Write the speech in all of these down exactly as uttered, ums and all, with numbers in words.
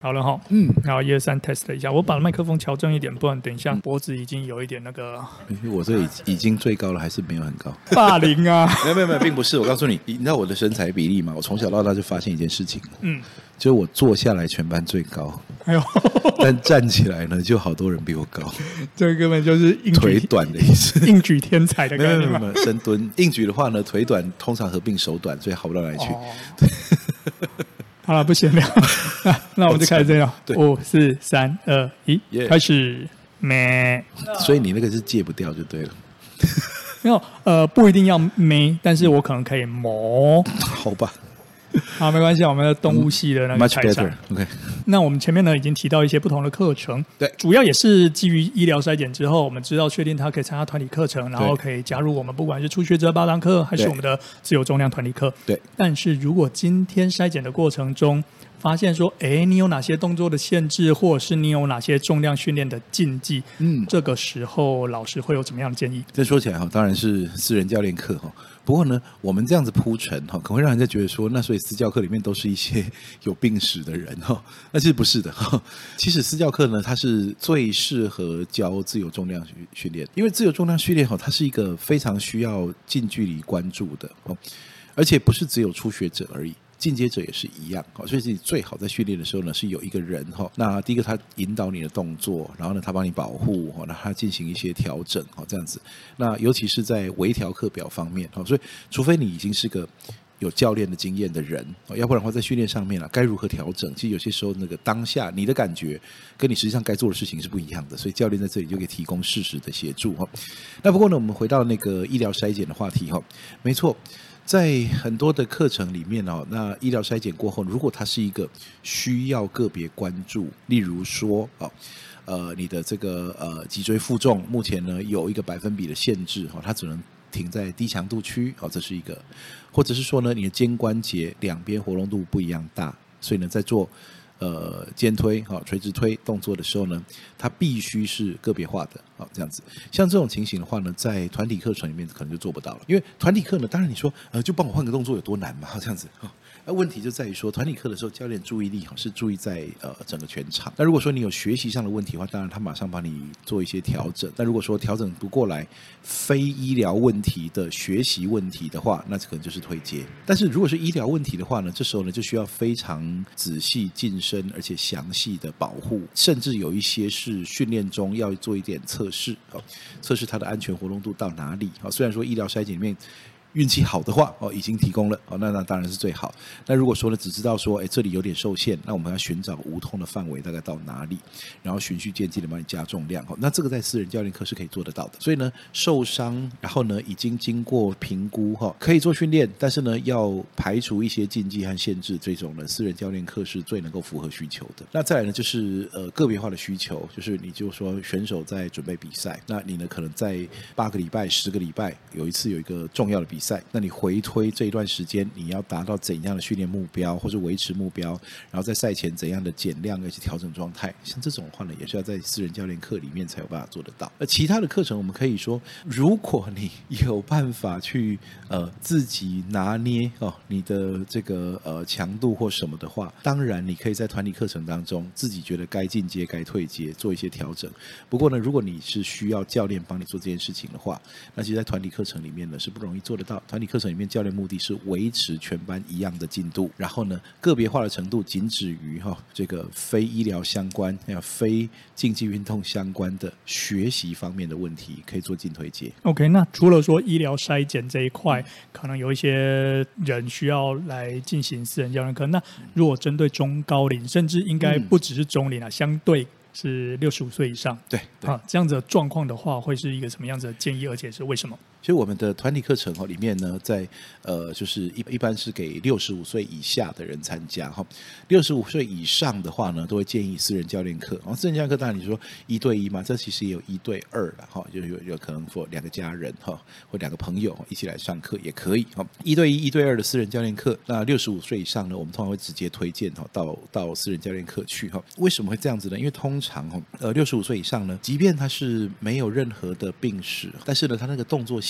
好了哈，嗯，然后一二三 test 一下，我把麦克风调正一点，不然等一下脖子已经有一点那个。 我这已已经最高了，还是没有很高？ 霸凌啊！ 没有没有没有，并不是。我告诉你，你知道我的身材比例吗？我从小到大就发现一件事情，嗯，就是我坐下来全班最高，哎呦，但站起来呢，就好多人比我高。 这个根本就是硬举腿短的意思， 硬举天才的概念。 没有没有没有，深蹲硬举的话呢，腿短通常合并手短，所以好不到哪里去。哦好了，不闲聊，那我们就开始这样。五、四、三、二、一，开始。咩？ 所以你那个是戒不掉就对了。 没有，呃，不一定要咩，但是我可能可以磨。 好吧。 好，没关系，我们的动物系的那个 Much better. OK。 那我们前面呢已经提到一些不同的课程， 对， 主要也是基于医疗筛检之后，我们知道确定他可以参加团体课程，然后可以加入我们不管是初学者八堂课，还是我们的自由重量团体课。 对。 但是如果今天筛检的过程中发现说，哎，你有哪些动作的限制，或者是你有哪些重量训练的禁忌，嗯，这个时候老师会有怎么样的建议？ 这说起来哈，当然是私人教练课哈。不过呢，我们这样子铺陈哈，可能会让人家觉得说，那所以私教课里面都是一些有病史的人哈。那其实不是的哈。其实私教课呢，它是最适合教自由重量训练，因为自由重量训练哈，它是一个非常需要近距离关注的哦，而且不是只有初学者而已。进阶者也是一样，所以你最好在训练的时候呢，是有一个人哈。那第一个他引导你的动作，然后呢他帮你保护，那他进行一些调整，这样子。那尤其是在微调课表方面，所以除非你已经是个有教练的经验的人，要不然的话在训练上面该如何调整，其实有些时候那个当下你的感觉跟你实际上该做的事情是不一样的，所以教练在这里就可以提供适时的协助。那不过呢，我们回到那个医疗筛检的话题，没错。在很多的课程里面哦，那医疗筛检过后，如果它是一个需要个别关注，例如说哦，呃，你的这个呃脊椎负重目前呢有一个百分比的限制哦，它只能停在低强度区哦，这是一个，或者是说呢，你的肩关节两边活动度不一样大，所以呢，在做呃肩推哈、垂直推动作的时候呢，它必须是个别化的啊，这样子。像这种情形的话呢，在团体课程里面可能就做不到了，因为团体课呢，当然你说呃就帮我换个动作有多难嘛，这样子。那问题就在于说，团体课的时候，教练注意力是注意在呃整个全场。那如果说你有学习上的问题的话，当然他马上帮你做一些调整。但如果说调整不过来，非医疗问题的学习问题的话，那可能就是退阶。但是如果是医疗问题的话呢，这时候呢就需要非常仔细、谨慎而且详细的保护，甚至有一些是训练中要做一点测试，测试它的安全活动度到哪里。虽然说医疗筛检里面运气好的话，哦，已经提供了，哦，那那当然是最好。那如果说呢，只知道说，哎，这里有点受限，那我们要寻找无痛的范围大概到哪里，然后循序渐进的帮你加重量，哦，那这个在私人教练课是可以做得到的。所以呢，受伤，然后呢，已经经过评估，哈，可以做训练，但是呢，要排除一些禁忌和限制，这种呢，私人教练课是最能够符合需求的。那再来呢，就是呃个别化的需求，就是你就说选手在准备比赛，那你呢可能在八个礼拜、十个礼拜有一次有一个重要的比赛。赛，那你回推这一段时间你要达到怎样的训练目标或者维持目标，然后在赛前怎样的减量而且调整状态，像这种的话呢，也是要在私人教练课里面才有办法做得到。而其他的课程我们可以说，如果你有办法去呃自己拿捏哦你的这个呃强度或什么的话，当然你可以在团体课程当中自己觉得该进阶该退阶做一些调整。不过呢，如果你是需要教练帮你做这件事情的话，那其实在团体课程里面呢是不容易做得到。团体课程里面教练目的是维持全班一样的进度，然后呢个别化的程度仅止于、哦、这个非医疗相关还有非竞技运动相关的学习方面的问题可以做进推阶。 OK， 那除了说医疗筛检这一块可能有一些人需要来进行私人教练课，那如果针对中高龄甚至应该不只是中龄啊、嗯、相对是六十五岁以上， 对, 对、啊、 这样子的状况的话会是一个什么样子的建议，而且是为什么？ 其实我们的团体课程里面呢，在呃就是一一般是给六十五岁以下的人参加哈，六十五岁以上的话呢，都会建议私人教练课。然后私人教练课当然你说一对一嘛，这其实也有一对二啦哈，就有有可能说两个家人哈或两个朋友一起来上课也可以哈。一对一、一对二的私人教练课，那六十五岁以上呢，我们通常会直接推荐哈到到私人教练课去哈。为什么会这样子呢？因为通常呃六十五岁以上呢，即便他是没有任何的病史，但是呢他那个动作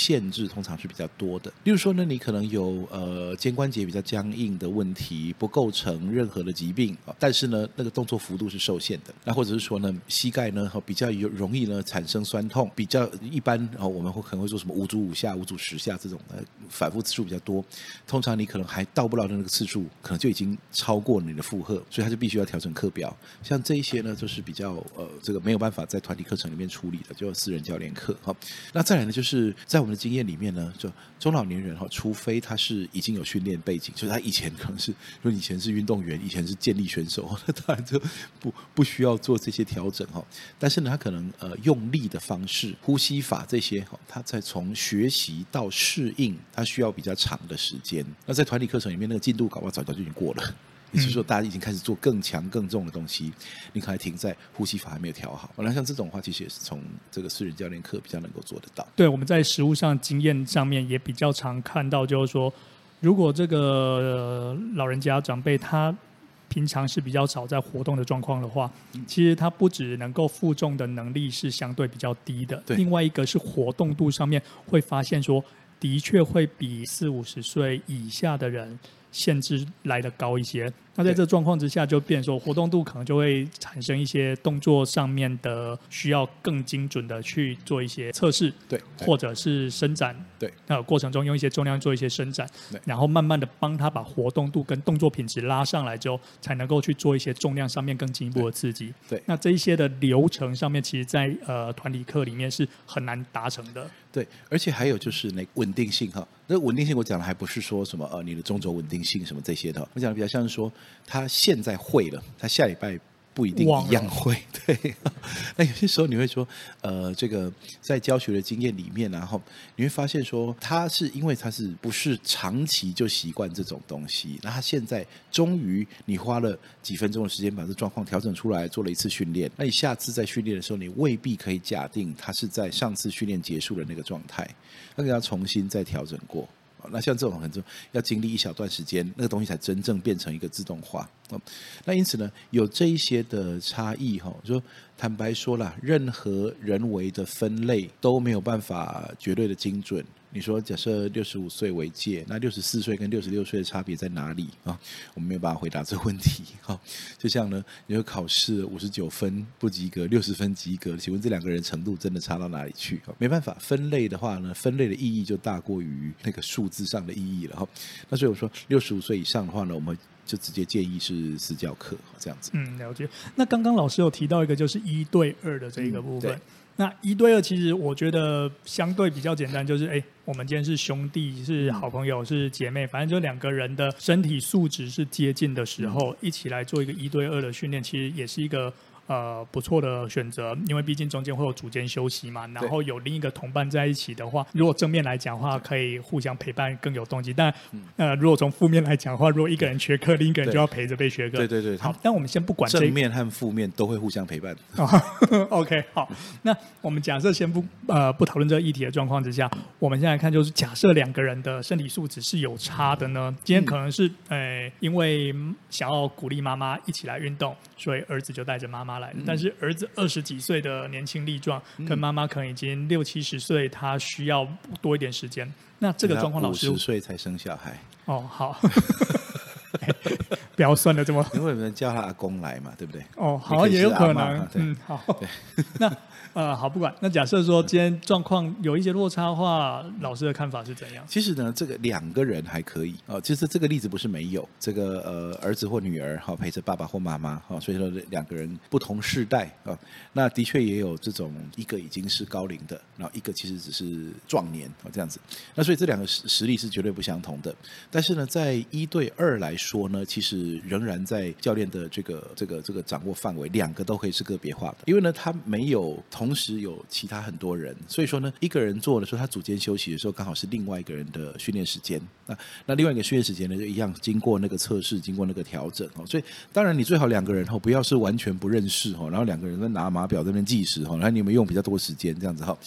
限制通常是比较多的。例如说呢，你可能有呃肩关节比较僵硬的问题，不构成任何的疾病，但是呢那个动作幅度是受限的。那或者是说呢，膝盖呢比较容易呢产生酸痛，比较一般我们会可能会做什么五组五下、五组十下这种的，反复次数比较多。通常你可能还到不了那个次数，可能就已经超过你的负荷，所以他就必须要调整课表。像这一些呢，就是比较呃这个没有办法在团体课程里面处理的，就私人教练课。好，那再来呢，就是在我们的经验里面呢，就中老年人哈，除非他是已经有训练背景，就是他以前可能是，如果以前是运动员，以前是健力选手，那当然就不不需要做这些调整哈。但是呢，他可能呃用力的方式、呼吸法这些哈，他在从学习到适应，他需要比较长的时间。那在团体课程里面，那个进度搞不好早早就已经过了。也就是说，大家已经开始做更强更重的东西，你可能还停在呼吸法还没有调好。那像这种的话，其实也是从这个私人教练课比较能够做得到。 对，我们在实务上经验上面也比较常看到，就是说，如果这个、呃、老人家长辈他平常是比较少在活动的状况的话，其实他不只能够负重的能力是相对比较低的，另外一个是活动度上面会发现说，的确会比四五十岁以下的人限制来得高一些。那在这状况之下，就变成说活动度可能就会产生一些动作上面的需要更精准的去做一些测试， 对， 或者是伸展， 对， 那过程中用一些重量做一些伸展，然后慢慢的帮他把活动度跟动作品质拉上来之后，才能够去做一些重量上面更进一步的刺激。 对， 那这一些的流程上面，其实在呃团体课里面是很难达成的。 对，而且还有就是那稳定性哈，那稳定性我讲的还不是说什么呃你的中轴稳定性什么这些的，我讲的比较像是说他现在会了，他下礼拜不一定一样会。对，那有些时候你会说，呃，这个在教学的经验里面，然后你会发现说，他是因为他是不是长期就习惯这种东西，那他现在终于你花了几分钟的时间把这状况调整出来，做了一次训练，那你下次在训练的时候，你未必可以假定他是在上次训练结束的那个状态，那给他重新再调整过。那像这种很重要经历一小段时间，那个东西才真正变成一个自动化。那因此呢，有这一些的差异哈，说坦白说啦，任何人为的分类都没有办法绝对的精准。你说假设六十五岁为界，那六十四岁跟六十六岁的差别在哪里啊？我们没有办法回答这个问题。哈，就像呢，你说考试五十九分不及格，六十分及格，请问这两个人程度真的差到哪里去？没办法，分类的话呢，分类的意义就大过于那个数字上的意义了。哈，那所以我说六十五岁以上的话呢，我们就直接建议是私教课这样子。 嗯，了解。那刚刚老师有提到一个就是一对二的这一个部分。嗯，那一对二其实我觉得相对比较简单，就是哎，我们今天是兄弟，是好朋友，是姐妹，反正就两个人的身体素质是接近的时候，一起来做一个一对二的训练，其实也是一个呃不错的选择，因为毕竟中间会有组间休息嘛，然后有另一个同伴在一起的话，如果正面来讲的话，可以互相陪伴更有动机。但呃，如果从负面来讲的话，如果一个人缺课，另一个人就要陪着被缺课。 对对对。 好，但我们先不管这个正面和负面都会互相陪伴。 OK， 好，那我们假设先不呃不讨论这个议题的状况之下，我们现在看就是假设两个人的身体素质是有差的呢，今天可能是呃因为想要鼓励妈妈一起来运动，所以儿子就带着妈妈来了，但是儿子二十几岁的年轻力壮，跟妈妈可能已经六七十岁，他需要多一点时间。那这个状况，老师五十岁才生小孩。 哦，好。不要算的这么， 因为我们叫他阿公来嘛，对不对？ 哦，好，也有可能。嗯，好。那呃，好，不管。那假设说今天状况有一些落差的话，老师的看法是怎样？ 其实呢，这个两个人还可以哦。其实这个例子不是没有，这个呃儿子或女儿哈、哦、陪着爸爸或妈妈哈、哦，所以说两个人不同世代啊、哦，那的确也有这种一个已经是高龄的，然后一个其实只是壮年哦这样子。那所以这两个实实力是绝对不相同的。但是呢，在一对二来说呢，其实仍然在教练的这个这个这个掌握范围，两个都可以是个别化的，因为呢，他没有同时有其他很多人，所以说呢，一个人做的时候，他组间休息的时候，刚好是另外一个人的训练时间。那那另外一个训练时间呢，就一样经过那个测试，经过那个调整哦。所以当然，你最好两个人哦，不要是完全不认识哦，然后两个人在拿码表在那边计时哦，然后你们用比较多时间这样子哈。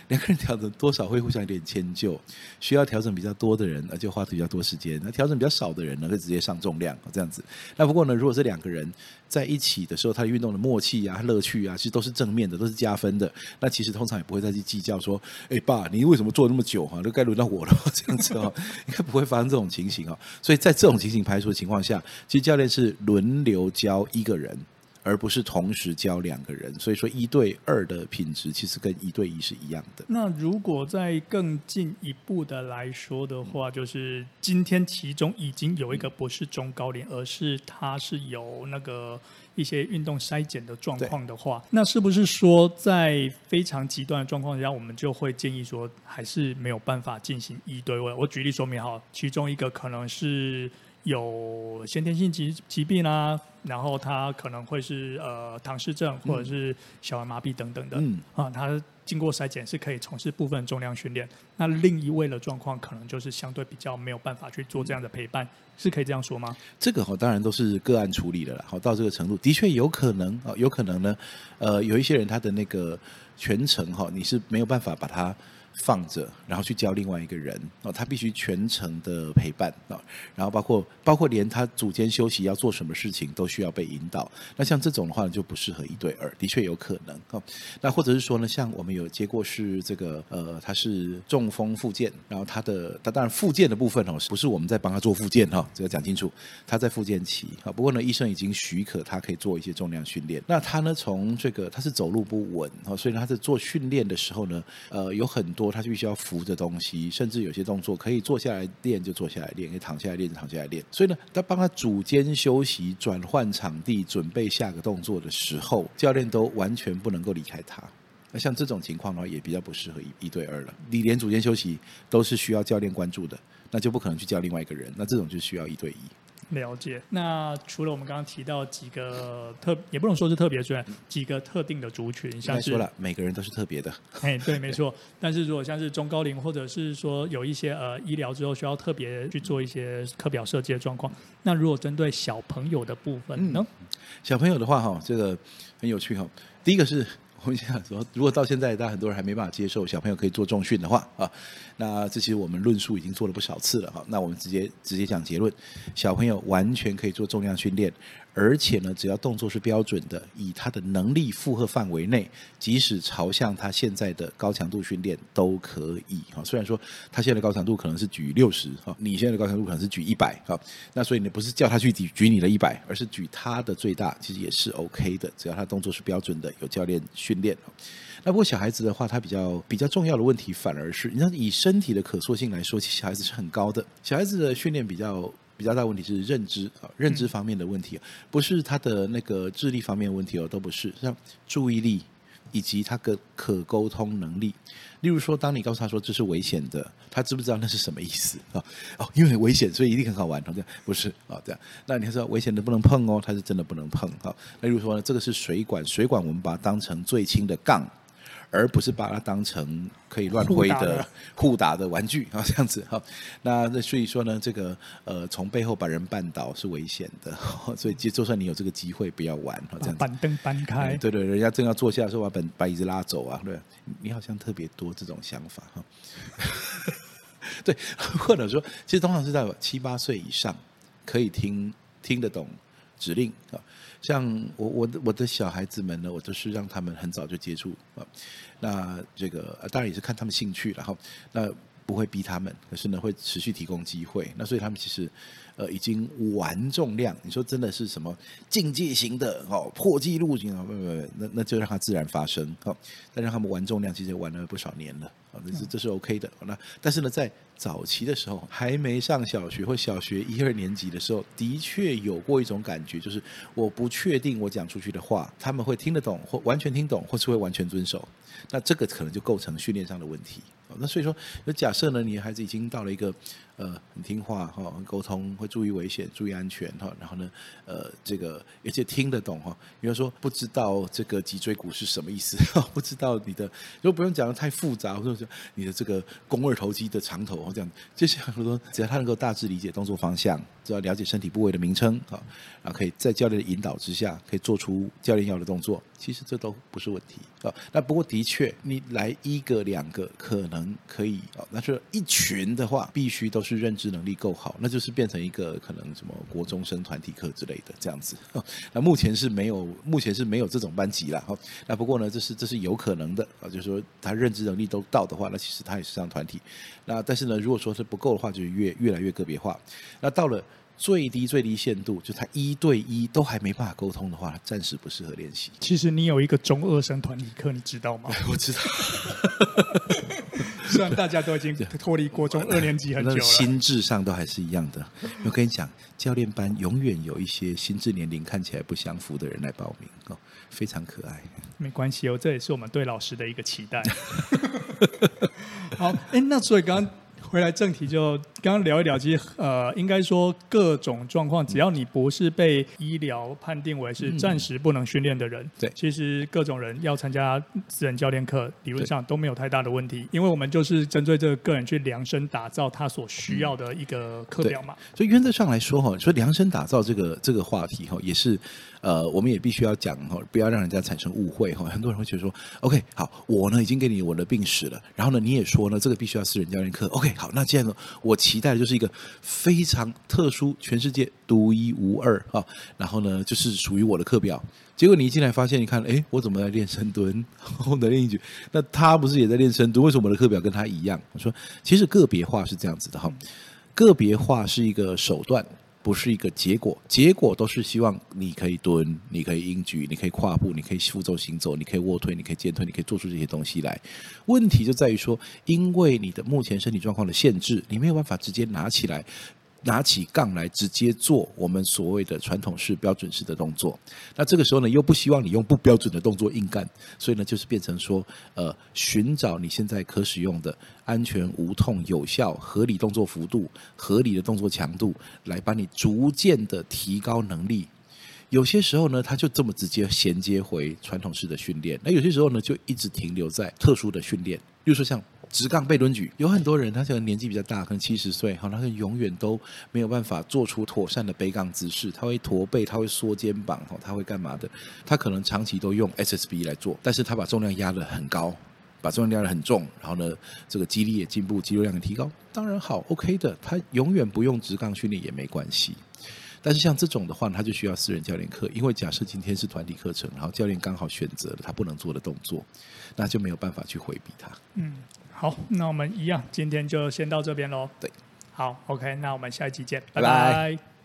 两个人调整多少会互相有点迁就，需要调整比较多的人，那就花比较多时间；那调整比较少的人呢，就直接上重量这样子。那不过呢，如果这两个人在一起的时候，他的运动的默契啊、乐趣啊，其实都是正面的，都是加分的。那其实通常也不会再去计较说，哎爸，你为什么做那么久哈、啊？都该轮到我了这样子哦，应该不会发生这种情形哦。所以在这种情形排除的情况下，其实教练是轮流教一个人，而不是同时教两个人，所以说一对二的品质其实跟一对一是一样的。 那如果再更进一步的来说的话，就是今天其中已经有一个不是中高龄，而是他是有那个一些运动筛检的状况的话，那是不是说在非常极端的状况下，我们就会建议说还是没有办法进行一对二？我举例说明好，其中一个可能是有先天性疾疾病啊，然后他可能会是呃唐氏症或者是小儿麻痹等等的，嗯啊，他经过筛检是可以从事部分重量训练。那另一位的状况可能就是相对比较没有办法去做这样的陪伴，是可以这样说吗？ 这个、哦、当然都是个案处理的啦。好，到这个程度，的确有可能、哦、有可能呢，呃，有一些人他的那个全程哈、哦，你是没有办法把他放着，然后去教另外一个人哦，他必须全程的陪伴啊、哦，然后包括包括连他组间休息要做什么事情都需要被引导。那像这种的话呢，就不适合一对二，的确有可能哦。那或者是说呢，像我们有接过是这个呃，他是中风复健，然后他的他当然复健的部分哦，不是我们在帮他做复健哈、哦，这个讲清楚，他在复健期啊、哦。不过呢，医生已经许可他可以做一些重量训练。那他呢，从这个他是走路不稳哦，所以他在做训练的时候呢，呃，有很多他必须要扶着东西，甚至有些动作可以坐下来练就坐下来练，可以躺下来练就躺下来练。所以呢，他帮他组间休息、转换场地、准备下个动作的时候，教练都完全不能够离开他。那像这种情况的话，也比较不适合一一对二了。你连组间休息都是需要教练关注的，那就不可能去教另外一个人。那这种就需要一对一。 了解。那除了我们刚刚提到几个特，也不能说是特别专，几个特定的族群，像是说了，每个人都是特别的。 哎，对，没错。但是如果像是中高龄，或者是说有一些呃医疗之后需要特别去做一些课表设计的状况，那如果针对小朋友的部分呢？ 嗯、小朋友的话哈，这个很有趣哈。第一个是。我们想说，如果到现在大家很多人还没办法接受小朋友可以做重训的话啊，那这其实我们论述已经做了不少次了哈。那我们直接直接讲结论，小朋友完全可以做重量训练，而且呢，只要动作是标准的，以他的能力负荷范围内，即使朝向他现在的高强度训练都可以哈。虽然说他现在的高强度可能是举六十哈，你现在的高强度可能是举一百哈，那所以你不是叫他去举举你的一百，而是举他的最大，其实也是 OK 的，只要他动作是标准的，有教练训练。那不过小孩子的话，他比较比较重要的问题反而是，你知道以身体的可塑性来说，其实小孩子是很高的。小孩子的训练比较比较大的问题是认知啊，认知方面的问题，不是他的那个智力方面的问题哦，都不是，像注意力以及他的可沟通能力。例如说，当你告诉他说这是危险的，他知不知道那是什么意思啊？哦，因为危险，所以一定很好玩，这样不是啊？这样，那你说危险的不能碰哦，他是真的不能碰啊。例如说呢，这个是水管，水管我们把它当成最轻的杠，而不是把它当成可以乱挥的互打的玩具啊，这样子哈。那那所以说呢，这个呃，从背后把人绊倒是危险的，所以就算你有这个机会，不要玩哈，这样子。 把板凳搬开， 对对，人家正要坐下的时候，把本把椅子拉走啊，对，你好像特别多这种想法哈。对，或者说，其实通常是在七八岁以上可以听听得懂指令啊。像我我的我的小孩子们呢，我都是让他们很早就接触啊。那这个当然也是看他们兴趣，然后那不会逼他们，可是呢会持续提供机会。那所以他们其实呃已经玩重量，你说真的是什么境界型的哦，破纪录型啊，不不不，那那就让它自然发生哦。但让他们玩重量，其实玩了不少年了啊，这是这是 OK 的。那但是呢，在早期的时候，还没上小学或小学一二年级的时候，的确有过一种感觉，就是我不确定我讲出去的话，他们会听得懂，或完全听懂，或是会完全遵守。那这个可能就构成训练上的问题。那所以说，假设呢，你的孩子已经到了一个呃很听话哈，很沟通，会注意危险，注意安全哈，然后呢呃这个而且听得懂哈，比如说不知道这个脊椎骨是什么意思，不知道你的如果不用讲的太复杂，或者说你的这个肱二头肌的长头这样，这些很多只要他能够大致理解动作方向，只要了解身体部位的名称啊，然后可以在教练的引导之下，可以做出教练要的动作，其实这都不是问题啊。那不过的确，你来一个两个可能可以啊，那是一群的话，必须都是认知能力够好，那就是变成一个可能什么国中生团体课之类的这样子。那目前是没有，目前是没有这种班级啦。那不过呢，这是这是有可能的啊，就是说他认知能力都到的话，那其实他也是上团体。那但是呢，如果说是不够的话，就是越越来越个别化。那到了最低最低限度，就他一对一都还没办法沟通的话，暂时不适合练习。 其实你有一个中二生团体课，你知道吗？ 我知道。 虽然大家都已经脱离国中二年级很久了， 心智上都还是一样的。我跟你讲，教练班永远有一些心智年龄看起来不相符的人来报名哦，非常可爱。 没关系哦，这也是我们对老师的一个期待。好，哎，那所以刚刚回来正题就，就刚刚聊一聊，其实呃，应该说各种状况，只要你不是被医疗判定为是暂时不能训练的人，嗯、 对， 其实各种人要参加私人教练课，理论上都没有太大的问题，因为我们就是针对这个个人去量身打造他所需要的一个课表嘛。 所以原则上来说哈，说量身打造这个这个话题哈，也是。呃，我们也必须要讲哈，不要让人家产生误会哈。很多人会觉得说 ，OK， 好，我呢已经给你我的病史了，然后呢你也说呢这个必须要私人教练课 ，OK， 好，那既然呢我期待的就是一个非常特殊、全世界独一无二啊，然后呢就是属于我的课表。结果你一进来发现，你看，哎，我怎么在练深蹲，我在练一句，那他不是也在练深蹲？为什么我的课表跟他一样？我说，其实个别化是这样子的哈，个别化是一个手段。不是一个结果，结果都是希望你可以蹲，你可以硬举，你可以跨步，你可以负重行走，你可以卧推，你可以肩推，你可以做出这些东西来。问题就在于说，因为你的目前身体状况的限制，你没有办法直接拿起来。拿起杠来直接做我们所谓的传统式标准式的动作，那这个时候呢又不希望你用不标准的动作硬干，所以呢就是变成说呃寻找你现在可使用的安全无痛有效合理动作幅度合理的动作强度来帮你逐渐的提高能力。有些时候呢它就这么直接衔接回传统式的训练，那有些时候呢就一直停留在特殊的训练，例如说像直杠背蹲举，有很多人他可能年纪比较大，可能七十岁，好，他永远都没有办法做出妥善的背杠姿势，他会驼背，他会缩肩膀，他会干嘛的？他可能长期都用 S S B 来做，但是他把重量压得很高，把重量压得很重，然后呢，这个肌力也进步，肌肉量也提高，当然好 ，OK 的，他永远不用直杠训练也没关系。但是像这种的话，他就需要私人教练课，因为假设今天是团体课程，然后教练刚好选择了他不能做的动作，那就没有办法去回避他。 嗯，好，那我们一样，今天就先到这边咯。 对， 好 ，OK，那我们下一集见， 拜拜拜。